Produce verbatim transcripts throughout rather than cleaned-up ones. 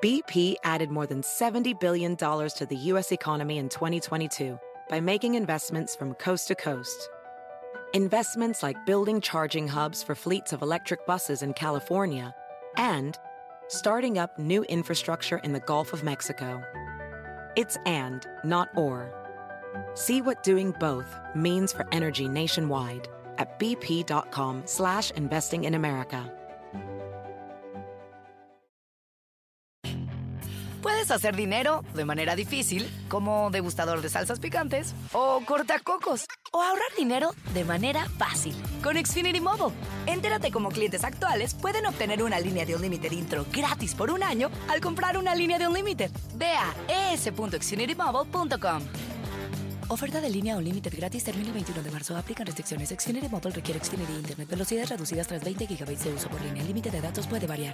B P added more than seventy billion dollars to the U S economy in twenty twenty-two by making investments from coast to coast. Investments like building charging hubs for fleets of electric buses in California and starting up new infrastructure in the Gulf of Mexico. It's and, not or. See what doing both means for energy nationwide at bp.com slash investing in America. Puedes hacer dinero de manera difícil, como degustador de salsas picantes, o cortacocos, o ahorrar dinero de manera fácil con Xfinity Mobile. Entérate cómo clientes actuales pueden obtener una línea de Unlimited intro gratis por un año al comprar una línea de Unlimited. Ve a e s punto xfinity mobile punto com. Oferta de línea Unlimited gratis termina el veintiuno de marzo. Aplican restricciones. Xfinity Mobile requiere Xfinity Internet. Velocidades reducidas tras veinte gigabytes de uso por línea. El límite de datos puede variar.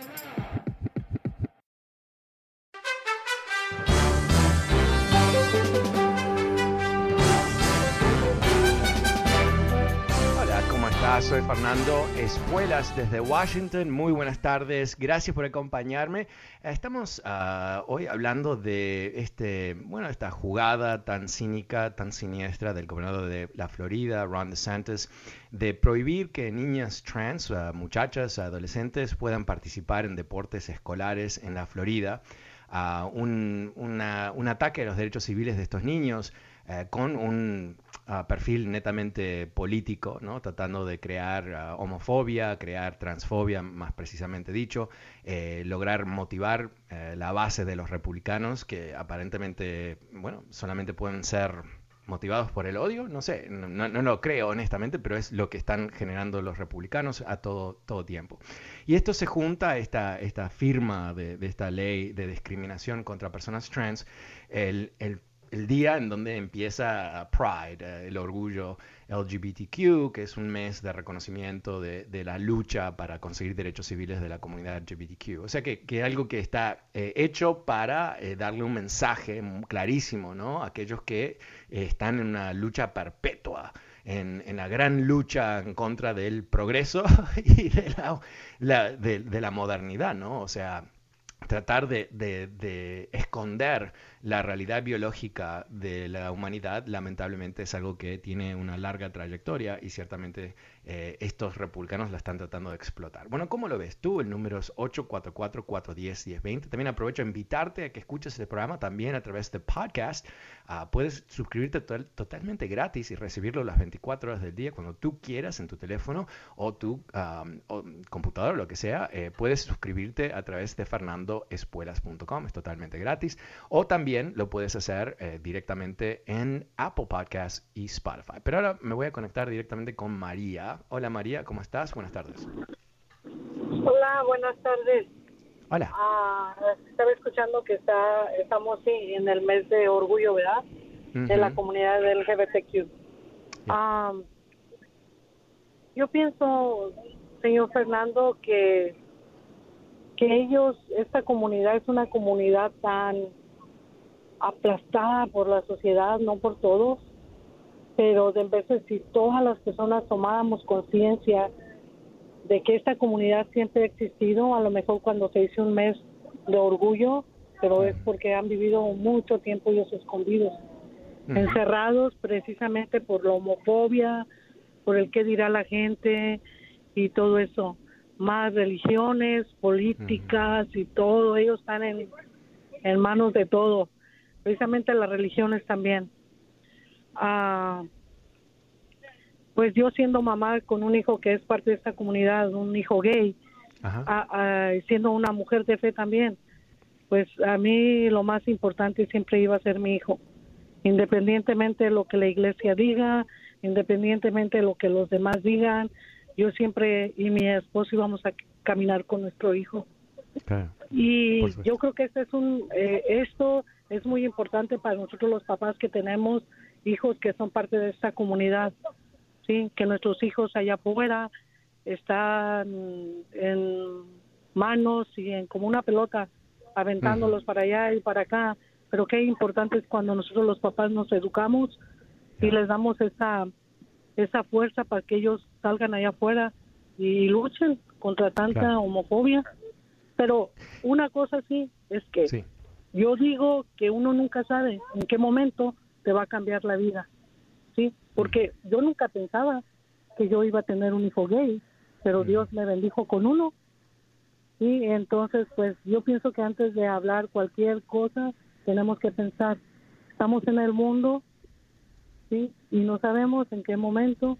Soy Fernando Espuelas desde Washington. Muy buenas tardes. Gracias por acompañarme. Estamos uh, hoy hablando de este, bueno, esta jugada tan cínica, tan siniestra del gobernador de la Florida, Ron DeSantis, de prohibir que niñas trans, uh, muchachas, adolescentes, puedan participar en deportes escolares en la Florida. Uh, un, una, un ataque a los derechos civiles de estos niños uh, con un uh, perfil netamente político, ¿no? Tratando de crear uh, homofobia, crear transfobia, más precisamente dicho, eh, lograr motivar eh, la base de los republicanos que aparentemente, bueno, solamente pueden ser motivados por el odio, no sé, no, no lo creo honestamente, pero es lo que están generando los republicanos a todo, todo tiempo. Y esto se junta a esta, esta firma de, de esta ley de discriminación contra personas trans, el, el, el día en donde empieza Pride, el orgullo L G B T Q, que es un mes de reconocimiento de, de la lucha para conseguir derechos civiles de la comunidad L G B T Q. O sea que, que algo que está eh, hecho para eh, darle un mensaje clarísimo, ¿no? A aquellos que eh, están en una lucha perpetua, en, en la gran lucha en contra del progreso y de la, la, de, de la modernidad, ¿no? O sea, tratar de, de, de esconder la realidad biológica de la humanidad, lamentablemente es algo que tiene una larga trayectoria y ciertamente eh, estos republicanos la están tratando de explotar. Bueno, ¿cómo lo ves tú? El número es ocho cuatro cuatro, cuatro uno cero, uno cero dos cero. También aprovecho a invitarte a que escuches este programa también a través de podcast. Uh, puedes suscribirte to- totalmente gratis y recibirlo las veinticuatro horas del día cuando tú quieras en tu teléfono o tu um, o computadora o lo que sea. Eh, puedes suscribirte a través de fernando espuelas punto com. Es totalmente gratis. O también lo puedes hacer eh, directamente en Apple Podcasts y Spotify. Pero ahora me voy a conectar directamente con María. Hola María, ¿cómo estás? Buenas tardes. Hola, buenas tardes. Hola. Ah, estaba escuchando que está, estamos sí, en el mes de orgullo, ¿verdad? Uh-huh. De la comunidad del L G B T Q. Yeah. Um, yo pienso, señor Fernando, que, que ellos, esta comunidad es una comunidad tan aplastada por la sociedad, no por todos, pero de veces si todas las personas tomáramos conciencia de que esta comunidad siempre ha existido, a lo mejor cuando se hizo un mes de orgullo, pero es porque han vivido mucho tiempo ellos escondidos, uh-huh. encerrados precisamente por la homofobia, por el qué dirá la gente y todo eso, más religiones, políticas uh-huh. y todo, ellos están en, en manos de todo. Precisamente las religiones también. Ah, pues yo siendo mamá con un hijo que es parte de esta comunidad, un hijo gay, ah, ah, siendo una mujer de fe también, pues a mí lo más importante siempre iba a ser mi hijo, independientemente de lo que la iglesia diga, independientemente de lo que los demás digan, yo siempre y mi esposo íbamos a caminar con nuestro hijo. Claro. Y yo creo que este es un eh, esto es muy importante para nosotros los papás que tenemos hijos que son parte de esta comunidad, sí, que nuestros hijos allá afuera están en manos y en como una pelota aventándolos uh-huh. para allá y para acá, pero qué importante es cuando nosotros los papás nos educamos yeah. y les damos esa esa fuerza para que ellos salgan allá afuera y luchen contra tanta claro. homofobia. Pero una cosa sí, es que sí. Yo digo que uno nunca sabe en qué momento te va a cambiar la vida, ¿sí? Porque mm. yo nunca pensaba que yo iba a tener un hijo gay, pero mm. Dios me bendijo con uno. Sí, entonces, pues yo pienso que antes de hablar cualquier cosa, tenemos que pensar, estamos en el mundo, ¿sí? Y no sabemos en qué momento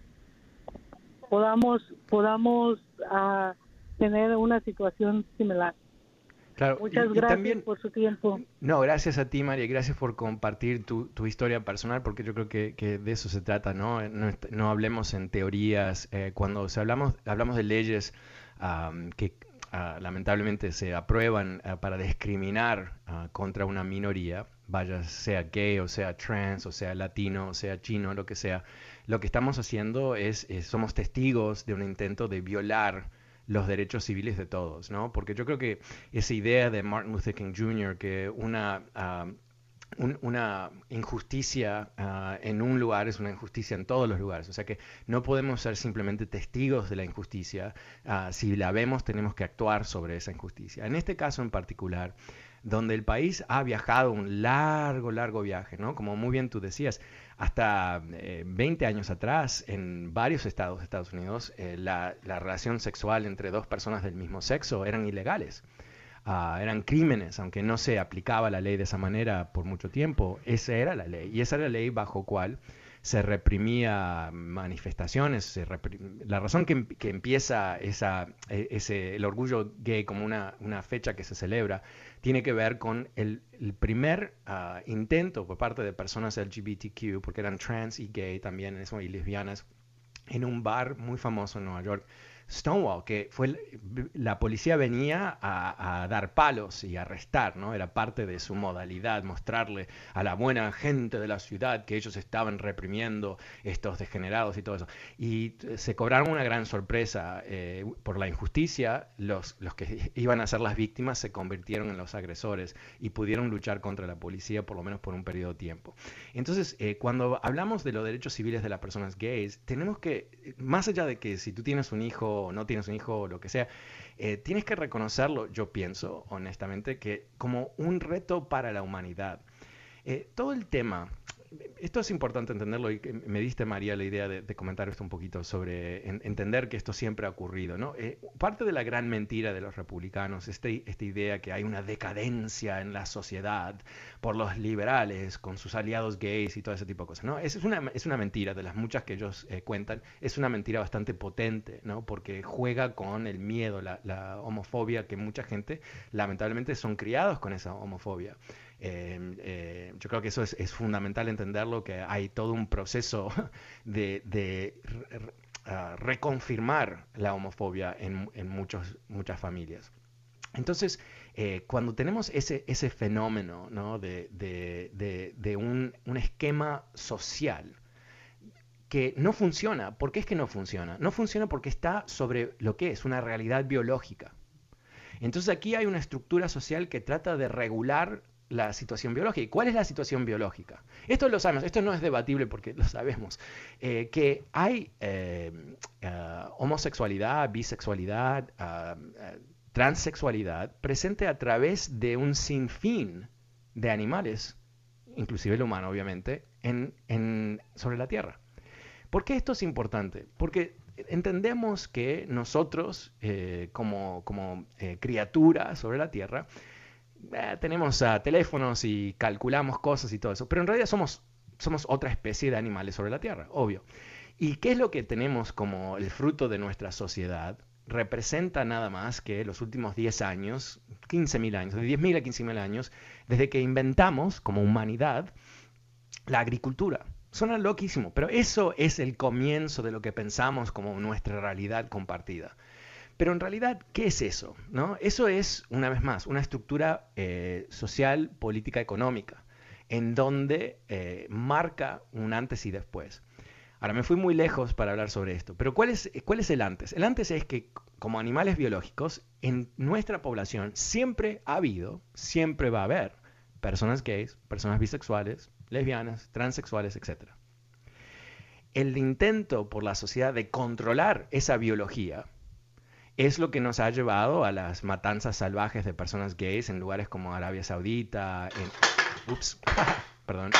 podamos, podamos uh, tener una situación similar. Claro, Muchas y, gracias y también, por su tiempo. No, gracias a ti, María, gracias por compartir tu, tu historia personal, porque yo creo que, que de eso se trata, ¿no? No, no hablemos en teorías. Eh, cuando se hablamos, hablamos de leyes um, que uh, lamentablemente se aprueban uh, para discriminar uh, contra una minoría, vaya sea gay o sea trans o sea latino o sea chino, lo que sea, lo que estamos haciendo es, es somos testigos de un intento de violar los derechos civiles de todos, ¿no? Porque yo creo que esa idea de Martin Luther King junior, que una, uh, un, una injusticia uh, en un lugar es una injusticia en todos los lugares, o sea que no podemos ser simplemente testigos de la injusticia, uh, si la vemos tenemos que actuar sobre esa injusticia. En este caso en particular, donde el país ha viajado un largo, largo viaje, ¿no? Como muy bien tú decías, hasta eh, veinte años atrás, en varios estados de Estados Unidos, eh, la, la relación sexual entre dos personas del mismo sexo eran ilegales. Uh, eran crímenes, aunque no se aplicaba la ley de esa manera por mucho tiempo. Esa era la ley, y esa era la ley bajo cual se reprimía manifestaciones. Se reprim... La razón que, que empieza esa, ese, el orgullo gay como una, una fecha que se celebra tiene que ver con el, el primer uh, intento por parte de personas L G B T Q, porque eran trans y gay también, eso, y lesbianas, en un bar muy famoso en Nueva York, Stonewall, que fue la policía venía a, a dar palos y arrestar, ¿no? Era parte de su modalidad, mostrarle a la buena gente de la ciudad que ellos estaban reprimiendo estos degenerados y todo eso. Y se cobraron una gran sorpresa eh, por la injusticia. Los, los que iban a ser las víctimas se convirtieron en los agresores y pudieron luchar contra la policía por lo menos por un periodo de tiempo. Entonces, eh, cuando hablamos de los derechos civiles de las personas gays, tenemos que, más allá de que si tú tienes un hijo o no tienes un hijo o lo que sea, eh, tienes que reconocerlo, yo pienso honestamente, que como un reto para la humanidad. Eh, todo el tema, esto es importante entenderlo, y me diste, María, la idea de, de comentar esto un poquito sobre en, entender que esto siempre ha ocurrido, ¿no? Eh, parte de la gran mentira de los republicanos, este, esta idea que hay una decadencia en la sociedad por los liberales con sus aliados gays y todo ese tipo de cosas, ¿no? Es, es, una, es una mentira, de las muchas que ellos eh, cuentan, es una mentira bastante potente, ¿no? Porque juega con el miedo, la, la homofobia, que mucha gente lamentablemente son criados con esa homofobia. Eh, eh, yo creo que eso es, es fundamental entenderlo, que hay todo un proceso de, de uh, reconfirmar la homofobia en, en muchos, muchas familias. Entonces, eh, cuando tenemos ese, ese fenómeno, ¿no? de, de, de, de un, un esquema social que no funciona, ¿por qué es que no funciona? No funciona porque está sobre lo que es una realidad biológica. Entonces aquí hay una estructura social que trata de regular la situación biológica. ¿Y cuál es la situación biológica? Esto lo sabemos, esto no es debatible porque lo sabemos, eh, que hay eh, uh, homosexualidad, bisexualidad, uh, uh, transexualidad presente a través de un sinfín de animales, inclusive el humano obviamente, en, en, sobre la Tierra. ¿Por qué esto es importante? Porque entendemos que nosotros, eh, como, como eh, criaturas sobre la Tierra, Eh, tenemos uh, teléfonos y calculamos cosas y todo eso, pero en realidad somos, somos otra especie de animales sobre la Tierra, obvio. ¿Y qué es lo que tenemos como el fruto de nuestra sociedad? Representa nada más que los últimos diez años, quince mil años, de diez mil a quince mil años, desde que inventamos como humanidad la agricultura. Suena loquísimo, pero eso es el comienzo de lo que pensamos como nuestra realidad compartida. Pero en realidad, ¿qué es eso? ¿No? Eso es, una vez más, una estructura eh, social, política, económica, en donde eh, marca un antes y después. Ahora, me fui muy lejos para hablar sobre esto, pero ¿cuál es, cuál es el antes? El antes es que, como animales biológicos, en nuestra población siempre ha habido, siempre va a haber personas gays, personas bisexuales, lesbianas, transexuales, etcétera. El intento por la sociedad de controlar esa biología es lo que nos ha llevado a las matanzas salvajes de personas gays en lugares como Arabia Saudita, en, ups, perdón,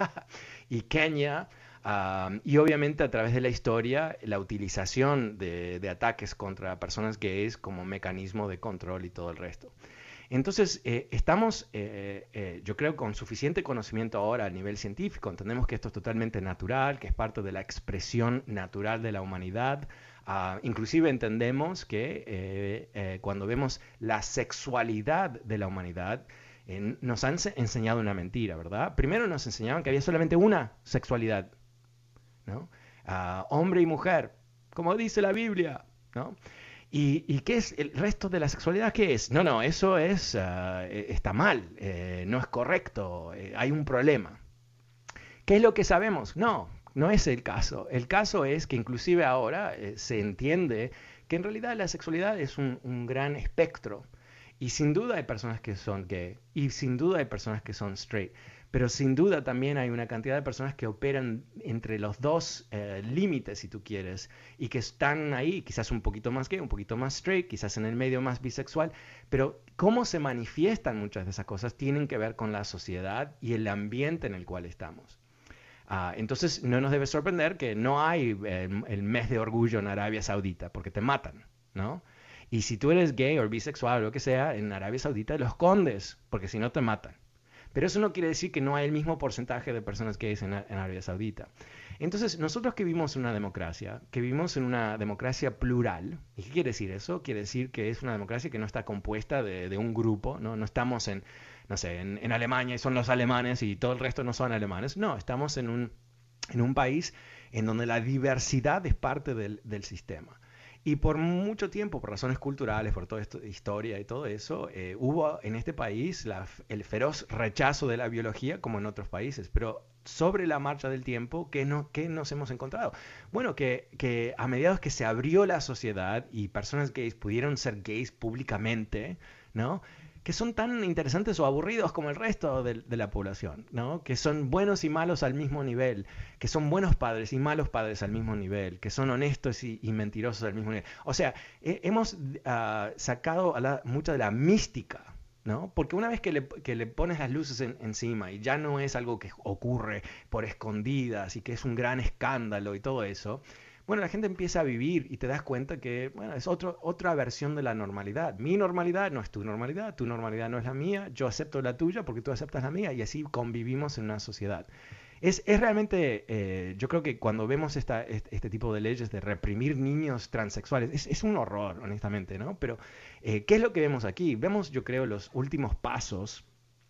y Kenia. Um, y obviamente a través de la historia, la utilización de, de ataques contra personas gays como mecanismo de control y todo el resto. Entonces, eh, estamos, eh, eh, yo creo, con suficiente conocimiento ahora a nivel científico. Entendemos que esto es totalmente natural, que es parte de la expresión natural de la humanidad. Uh, inclusive entendemos que eh, eh, cuando vemos la sexualidad de la humanidad, eh, nos han enseñado una mentira, ¿verdad? Primero nos enseñaban que había solamente una sexualidad, ¿no? Uh, hombre y mujer, como dice la Biblia, ¿no? ¿Y, y qué es el resto de la sexualidad? ¿Qué es? No, no, eso es, uh, está mal, eh, no es correcto, eh, hay un problema. ¿Qué es lo que sabemos? No, no es el caso. El caso es que inclusive ahora eh, se entiende que en realidad la sexualidad es un, un gran espectro. Y sin duda hay personas que son gay, y sin duda hay personas que son straight. Pero sin duda también hay una cantidad de personas que operan entre los dos eh, límites, si tú quieres, y que están ahí, quizás un poquito más gay, un poquito más straight, quizás en el medio más bisexual, pero cómo se manifiestan muchas de esas cosas tienen que ver con la sociedad y el ambiente en el cual estamos. Uh, entonces no nos debe sorprender que no hay eh, el mes de orgullo en Arabia Saudita, porque te matan, ¿no? Y si tú eres gay o bisexual o lo que sea, en Arabia Saudita lo escondes, porque si no te matan. Pero eso no quiere decir que no hay el mismo porcentaje de personas gays en, en Arabia Saudita. Entonces, nosotros que vivimos en una democracia, que vivimos en una democracia plural, ¿y qué quiere decir eso? Quiere decir que es una democracia que no está compuesta de, de un grupo, ¿no? No estamos en, no sé, en, en Alemania y son los alemanes y todo el resto no son alemanes. No, estamos en un, en un país en donde la diversidad es parte del, del sistema. Y por mucho tiempo, por razones culturales, por toda esta historia y todo eso, eh, hubo en este país la, el feroz rechazo de la biología como en otros países. Pero sobre la marcha del tiempo, ¿qué, no, qué nos hemos encontrado? Bueno, que, que a medida que se abrió la sociedad y personas gays pudieron ser gays públicamente, ¿no?, que son tan interesantes o aburridos como el resto de, de la población, ¿no? Que son buenos y malos al mismo nivel, que son buenos padres y malos padres al mismo nivel, que son honestos y, y mentirosos al mismo nivel. O sea, eh, hemos uh, sacado a la, mucha de la mística, ¿no? Porque una vez que le, que le pones las luces en, encima y ya no es algo que ocurre por escondidas y que es un gran escándalo y todo eso, bueno, la gente empieza a vivir y te das cuenta que, bueno, es otro, otra versión de la normalidad. Mi normalidad no es tu normalidad, tu normalidad no es la mía, yo acepto la tuya porque tú aceptas la mía y así convivimos en una sociedad. Es, es realmente, eh, yo creo que cuando vemos esta, este, este tipo de leyes de reprimir niños transexuales, es, es un horror, honestamente, ¿no? Pero, eh, ¿qué es lo que vemos aquí? Vemos, yo creo, los últimos pasos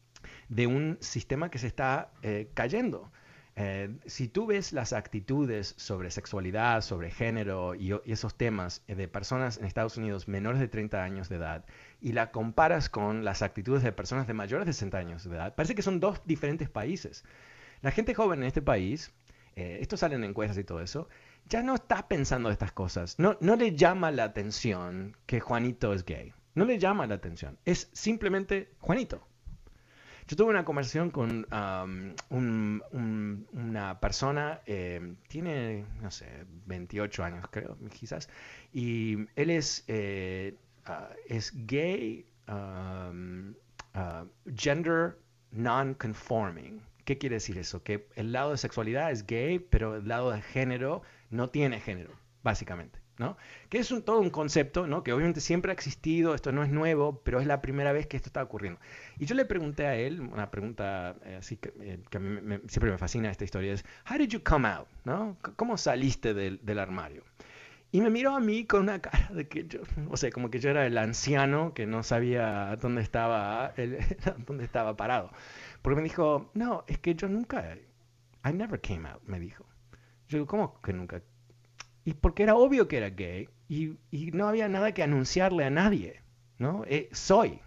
de un sistema que se está eh, cayendo. Eh, si tú ves las actitudes sobre sexualidad, sobre género y, y esos temas de personas en Estados Unidos menores de treinta años de edad y la comparas con las actitudes de personas de mayores de sesenta años de edad, parece que son dos diferentes países. La gente joven en este país, eh, esto sale en encuestas y todo eso, ya no está pensando estas cosas. No, no le llama la atención que Juanito es gay. No le llama la atención. Es simplemente Juanito. Yo tuve una conversación con um, un, un, una persona, eh, tiene, no sé, veintiocho años creo, quizás, y él es, eh, uh, es gay, um, uh, gender non-conforming. ¿Qué quiere decir eso? Que el lado de sexualidad es gay, pero el lado de género no tiene género, básicamente, ¿no? Que es un, todo un concepto, ¿no? Que obviamente siempre ha existido, esto no es nuevo, pero es la primera vez que esto está ocurriendo. Y yo le pregunté a él, una pregunta eh, así que, eh, que a mí me, siempre me fascina esta historia, es, how did you come out? ¿No? ¿Cómo saliste del, del armario? Y me miró a mí con una cara de que yo, o sea, como que yo era el anciano que no sabía dónde estaba, el, dónde estaba parado. Porque me dijo, no, es que yo nunca, I never came out, me dijo. Yo digo, ¿cómo que nunca? Y porque era obvio que era gay y, y no había nada que anunciarle a nadie, ¿no? Eh, soy.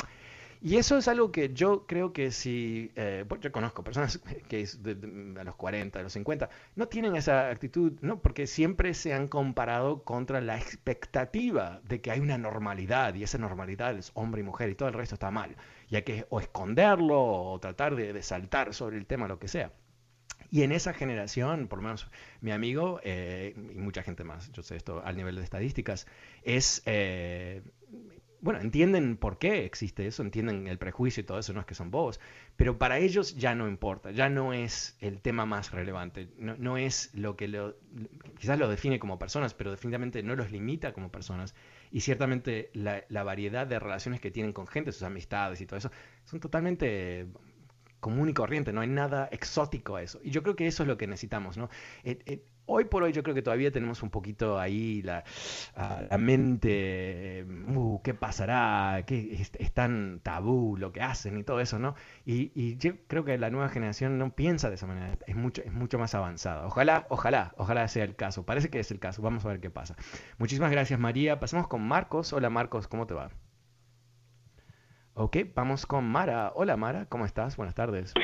Y eso es algo que yo creo que si, eh, yo conozco personas que es de, de, a los cuarenta, a los cincuenta, no tienen esa actitud, ¿no? Porque siempre se han comparado contra la expectativa de que hay una normalidad y esa normalidad es hombre y mujer y todo el resto está mal. Y hay que o esconderlo o tratar de, de saltar sobre el tema, lo que sea. Y en esa generación, por lo menos mi amigo eh, y mucha gente más, yo sé esto al nivel de estadísticas, es... Eh, bueno, entienden por qué existe eso, entienden el prejuicio y todo eso, no es que son bobos, pero para ellos ya no importa, ya no es el tema más relevante, no, no es lo que lo, quizás lo define como personas, pero definitivamente no los limita como personas, y ciertamente la, la variedad de relaciones que tienen con gente, sus amistades y todo eso, son totalmente común y corriente, no hay nada exótico a eso, y yo creo que eso es lo que necesitamos, ¿no? Eh, eh, Hoy por hoy yo creo que todavía tenemos un poquito ahí la, uh, la mente, uh, ¿qué pasará? ¿Qué es, es tan tabú lo que hacen y todo eso, ¿no? Y, y yo creo que la nueva generación no piensa de esa manera, es mucho, es mucho más avanzada. Ojalá, ojalá, ojalá sea el caso. Parece que es el caso, vamos a ver qué pasa. Muchísimas gracias, María. Pasamos con Marcos. Hola, Marcos, ¿cómo te va? Ok, vamos con Mara. Hola, Mara, ¿cómo estás? Buenas tardes.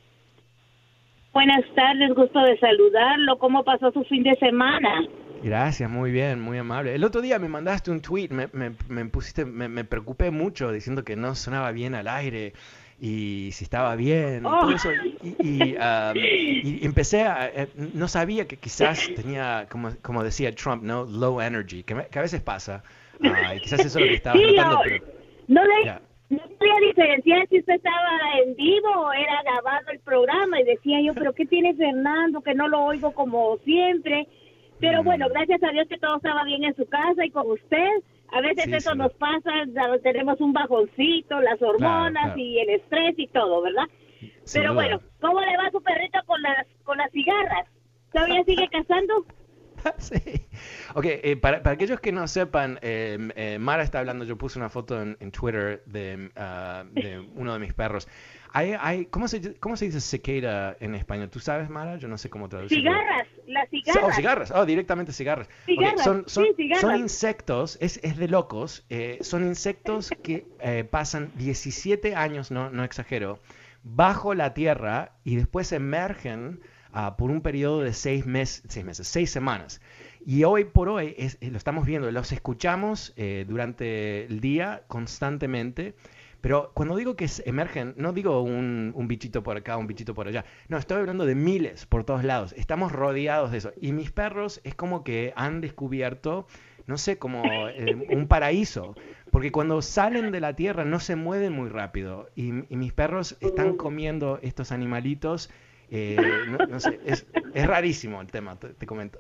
Buenas tardes, gusto de saludarlo. ¿Cómo pasó su fin de semana? Gracias, muy bien, muy amable. El otro día me mandaste un tweet, me, me, me pusiste, me, me preocupé mucho diciendo que no sonaba bien al aire y si estaba bien, oh. todo eso. Y, y, um, y empecé a, eh, no sabía que quizás tenía, como, como decía Trump, ¿no? Low energy, que, me, que a veces pasa. Uh, y quizás eso es lo que estaba sí, notando, no, pero... No le... Yeah. No podía diferenciar si usted estaba en vivo o era grabado el programa y decía yo, pero ¿qué tiene Fernando? Que no lo oigo como siempre. Pero mm. bueno, gracias a Dios que todo estaba bien en su casa y con usted. A veces sí, eso sí. nos pasa, tenemos un bajoncito, las hormonas claro, claro. y el estrés y todo, ¿verdad? Sin pero duda. Bueno, ¿cómo le va a su perrito con las con las cigarras? ¿Todavía sigue cazando? Sí. Ok, eh, para, para aquellos que no sepan, eh, eh, Mara está hablando, yo puse una foto en, en Twitter de, uh, de uno de mis perros. Hay, hay, ¿cómo, se, ¿Cómo se dice cicada en español? ¿Tú sabes, Mara? Yo no sé cómo traducirlo. Cigarras, las cigarras. Oh, cigarras, oh, directamente cigarras. Cigarras, okay, son, son, sí, cigarras. Son insectos, es, es de locos, eh, son insectos que eh, pasan diecisiete años, no, no exagero, bajo la tierra y después emergen Uh, por un periodo de seis meses, seis meses, seis semanas. Y hoy por hoy es, lo estamos viendo, los escuchamos eh, durante el día constantemente, pero cuando digo que emergen, no digo un, un bichito por acá, un bichito por allá, no, estoy hablando de miles por todos lados, estamos rodeados de eso. Y mis perros es como que han descubierto, no sé, como eh, un paraíso, porque cuando salen de la tierra no se mueven muy rápido, y, y mis perros están comiendo estos animalitos. Eh, no, no sé, es, es rarísimo el tema, te, te comento.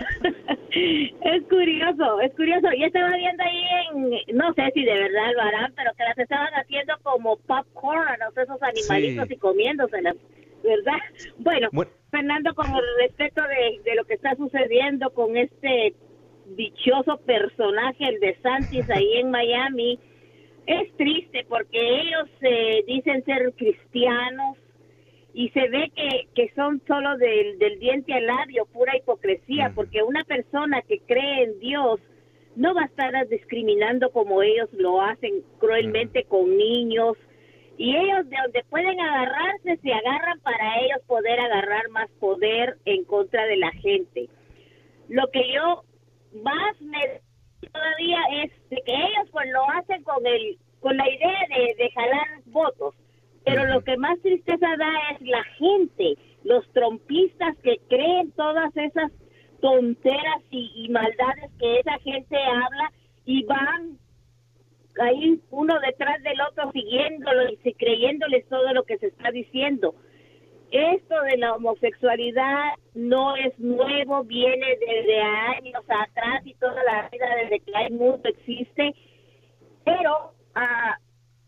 Es curioso, es curioso. Yo estaba viendo ahí en, no sé si de verdad lo harán, pero que las estaban haciendo como popcorn, no sé, esos animalitos sí. y comiéndoselas, ¿verdad? Bueno, bueno, Fernando, con respecto de, de lo que está sucediendo con este dichoso personaje, el de Santis ahí en Miami, es triste porque ellos eh, dicen ser cristianos, y se ve que, que son solo del, del diente al labio, pura hipocresía, uh-huh. porque una persona que cree en Dios no va a estar discriminando como ellos lo hacen cruelmente uh-huh. con niños, y ellos de donde pueden agarrarse, se agarran para ellos poder agarrar más poder en contra de la gente. Lo que yo más me todavía es de que ellos pues lo hacen con el con la idea de, de jalar votos. Pero lo que más tristeza da es la gente, los trompistas que creen todas esas tonteras y, y maldades que esa gente habla y van ahí uno detrás del otro siguiéndolo y creyéndoles todo lo que se está diciendo. Esto de la homosexualidad no es nuevo, viene desde años atrás y toda la vida desde que hay mundo existe, pero a uh,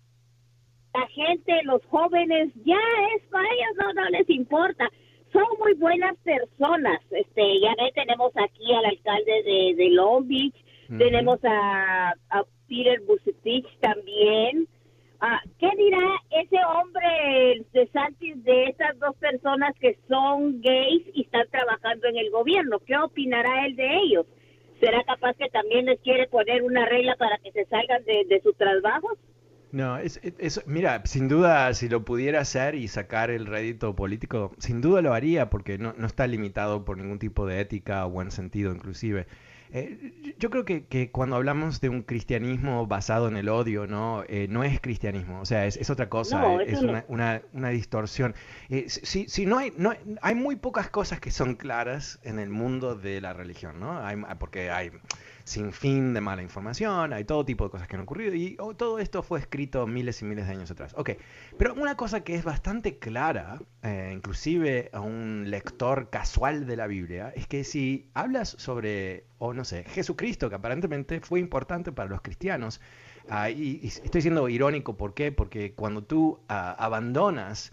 la gente, los jóvenes, ya es para ellos no, no les importa. Son muy buenas personas. Este, ya ve, tenemos aquí al alcalde de, de Long Beach, uh-huh. tenemos a, a Peter Buttigieg también. Uh, ¿Qué dirá ese hombre de Santis de esas dos personas que son gays y están trabajando en el gobierno? ¿Qué opinará él de ellos? ¿Será capaz que también les quiere poner una regla para que se salgan de, de sus trabajos? No, es, es, mira, sin duda si lo pudiera hacer y sacar el rédito político, sin duda lo haría porque no, no está limitado por ningún tipo de ética o buen sentido inclusive. Eh, yo creo que, que cuando hablamos de un cristianismo basado en el odio, no, eh, no es cristianismo, o sea, es, es otra cosa, No, es, eso es no. una, una, una distorsión. Eh, si, si no hay, no hay, hay muy pocas cosas que son claras en el mundo de la religión, ¿no? Hay, porque hay sin fin de mala información, hay todo tipo de cosas que han ocurrido y oh, todo esto fue escrito miles y miles de años atrás. Ok, pero una cosa que es bastante clara, eh, inclusive a un lector casual de la Biblia, es que si hablas sobre, o no sé, Jesucristo, que aparentemente fue importante para los cristianos, uh, y, y estoy siendo irónico, ¿por qué? Porque cuando tú uh, abandonas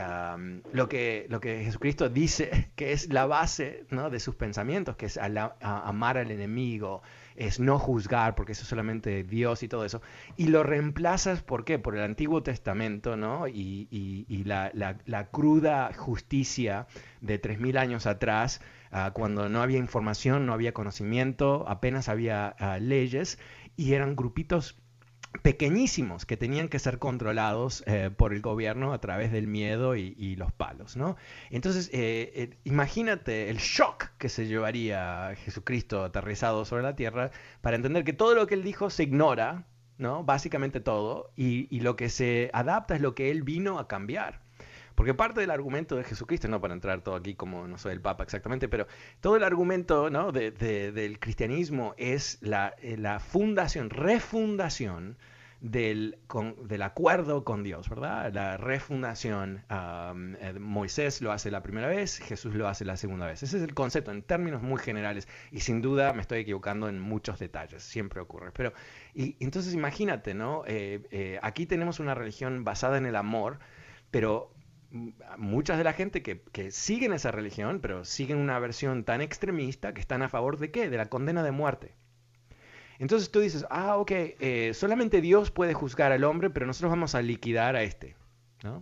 Um, lo, que, lo que Jesucristo dice que es la base, ¿no?, de sus pensamientos, que es a la, a amar al enemigo, es no juzgar, porque eso es solamente Dios y todo eso, y lo reemplazas, ¿por qué? Por el Antiguo Testamento, ¿no? y, y, y la, la, la cruda justicia de tres mil años atrás, uh, cuando no había información, no había conocimiento, apenas había uh, leyes, y eran grupitos pequeñísimos que tenían que ser controlados eh, por el gobierno a través del miedo y, y los palos, ¿no? Entonces, eh, eh, imagínate el shock que se llevaría Jesucristo aterrizado sobre la tierra para entender que todo lo que él dijo se ignora, ¿no? Básicamente todo, y, y lo que se adapta es lo que él vino a cambiar. Porque parte del argumento de Jesucristo, no para entrar todo aquí como no soy el Papa exactamente, pero todo el argumento, ¿no?, de, de, del cristianismo es la, la fundación, refundación del, con, del acuerdo con Dios, ¿verdad? La refundación. Um, eh, Moisés lo hace la primera vez, Jesús lo hace la segunda vez. Ese es el concepto en términos muy generales y sin duda me estoy equivocando en muchos detalles, siempre ocurre. Pero, y, entonces imagínate, ¿no? Eh, eh, aquí tenemos una religión basada en el amor, pero muchas de la gente que, que siguen esa religión, pero siguen una versión tan extremista que están a favor de ¿qué? De la condena de muerte. Entonces tú dices, ah, ok, eh, solamente Dios puede juzgar al hombre, pero nosotros vamos a liquidar a este, ¿no?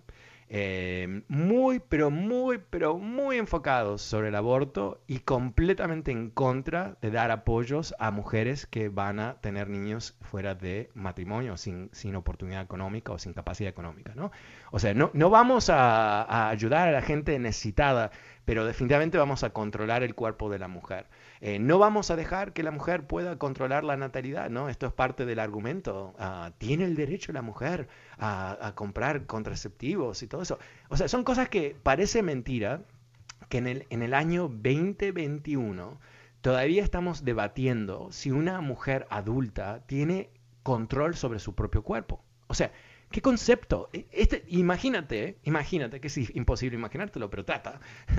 Eh, muy, pero muy, pero muy enfocados sobre el aborto y completamente en contra de dar apoyos a mujeres que van a tener niños fuera de matrimonio, sin, sin oportunidad económica o sin capacidad económica, ¿no? O sea, no, no vamos a, a ayudar a la gente necesitada, pero definitivamente vamos a controlar el cuerpo de la mujer. Eh, no vamos a dejar que la mujer pueda controlar la natalidad, ¿no? Esto es parte del argumento. Uh, tiene el derecho la mujer a, a comprar contraceptivos y todo eso. O sea, son cosas que parece mentira que en el, en el año veinte veintiuno todavía estamos debatiendo si una mujer adulta tiene control sobre su propio cuerpo. O sea, ¿qué concepto? Este, imagínate, imagínate, que es imposible imaginártelo, pero trata,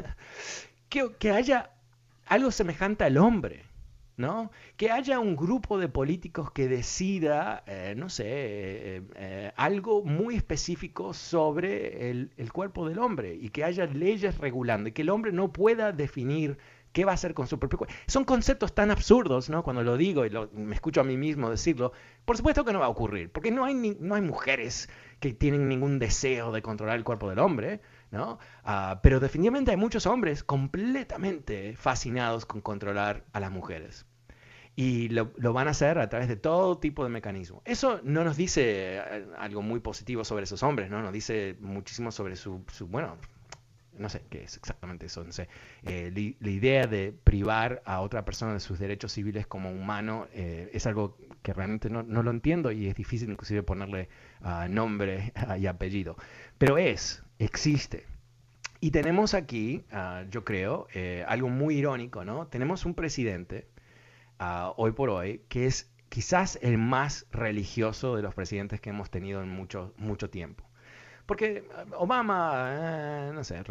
que, que haya algo semejante al hombre, ¿no? Que haya un grupo de políticos que decida, eh, no sé, eh, eh, algo muy específico sobre el, el cuerpo del hombre y que haya leyes regulando y que el hombre no pueda definir qué va a hacer con su propio cuerpo. Son conceptos tan absurdos, ¿no? Cuando lo digo y lo, me escucho a mí mismo decirlo, por supuesto que no va a ocurrir, porque no hay, ni, no hay mujeres que tienen ningún deseo de controlar el cuerpo del hombre, ¿no? Uh, pero definitivamente hay muchos hombres completamente fascinados con controlar a las mujeres. Y lo, lo van a hacer a través de todo tipo de mecanismos. Eso no nos dice algo muy positivo sobre esos hombres, ¿no? Nos dice muchísimo sobre su, su bueno, no sé qué es exactamente eso, no sé. Eh, li, la idea de privar a otra persona de sus derechos civiles como humano eh, es algo que realmente no, no lo entiendo y es difícil inclusive ponerle uh, nombre uh, y apellido. Pero es, existe. Y tenemos aquí, uh, yo creo, eh, algo muy irónico, ¿no? Tenemos un presidente, uh, hoy por hoy, que es quizás el más religioso de los presidentes que hemos tenido en mucho, mucho tiempo. Porque Obama, eh, no sé,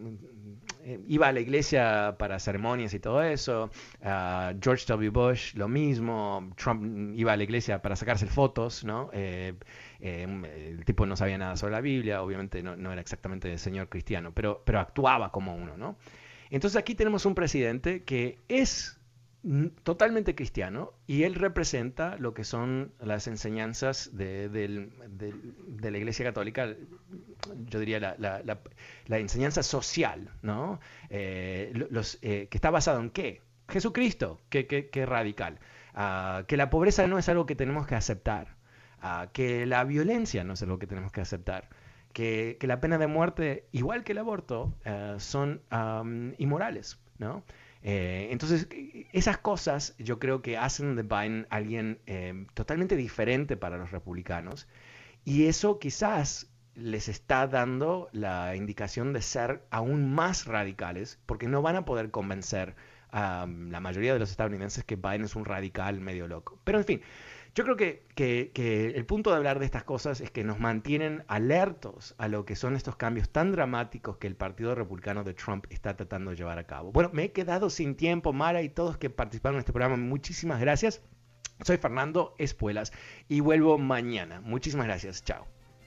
iba a la iglesia para ceremonias y todo eso. Uh, George W. Bush, lo mismo. Trump iba a la iglesia para sacarse fotos, ¿no? Eh, eh, el tipo no sabía nada sobre la Biblia, obviamente no, no era exactamente el señor cristiano, pero, pero actuaba como uno, ¿no? Entonces aquí tenemos un presidente que es totalmente cristiano y él representa lo que son las enseñanzas de, de, de, de la Iglesia Católica, yo diría la, la, la, la enseñanza social, ¿no? Eh, los, eh, que está basado en ¿qué? Jesucristo, que, que, que radical, uh, que la pobreza no es algo que tenemos que aceptar, uh, que la violencia no es algo que tenemos que aceptar, que, que la pena de muerte, igual que el aborto, uh, son um, inmorales, ¿no? Eh, entonces, esas cosas yo creo que hacen de Biden alguien eh, totalmente diferente para los republicanos, y eso quizás les está dando la indicación de ser aún más radicales, porque no van a poder convencer a um, la mayoría de los estadounidenses que Biden es un radical medio loco. Pero en fin, yo creo que, que, que el punto de hablar de estas cosas es que nos mantienen alertos a lo que son estos cambios tan dramáticos que el Partido Republicano de Trump está tratando de llevar a cabo. Bueno, me he quedado sin tiempo, Mara y todos que participaron en este programa, muchísimas gracias. Soy Fernando Espuelas y vuelvo mañana. Muchísimas gracias. Chao.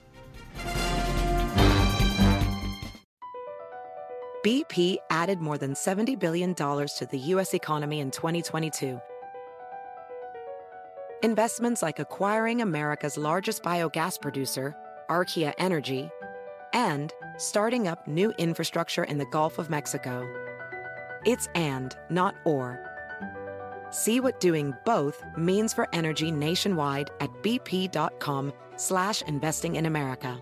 B P added more than seventy billion dollars to the U S economy in twenty twenty-two. Investments like acquiring America's largest biogas producer, Archaea Energy, and starting up new infrastructure in the Gulf of Mexico. It's and, not or. See what doing both means for energy nationwide at bp.com slash investing in America.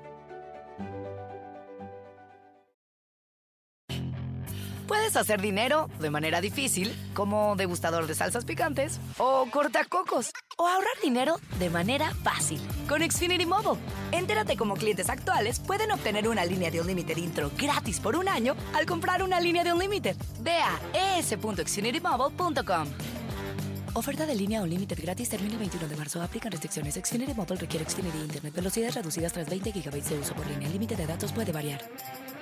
Puedes hacer dinero de manera difícil, como degustador de salsas picantes, o cortacocos, o ahorrar dinero de manera fácil con Xfinity Mobile. Entérate cómo clientes actuales pueden obtener una línea de Unlimited intro gratis por un año al comprar una línea de Unlimited. Ve a e s punto xfinity mobile punto com. Oferta de línea Unlimited gratis termina el veintiuno de marzo. Aplican restricciones. Xfinity Mobile requiere Xfinity Internet. Velocidades reducidas tras veinte gigabytes de uso por línea. El límite de datos puede variar.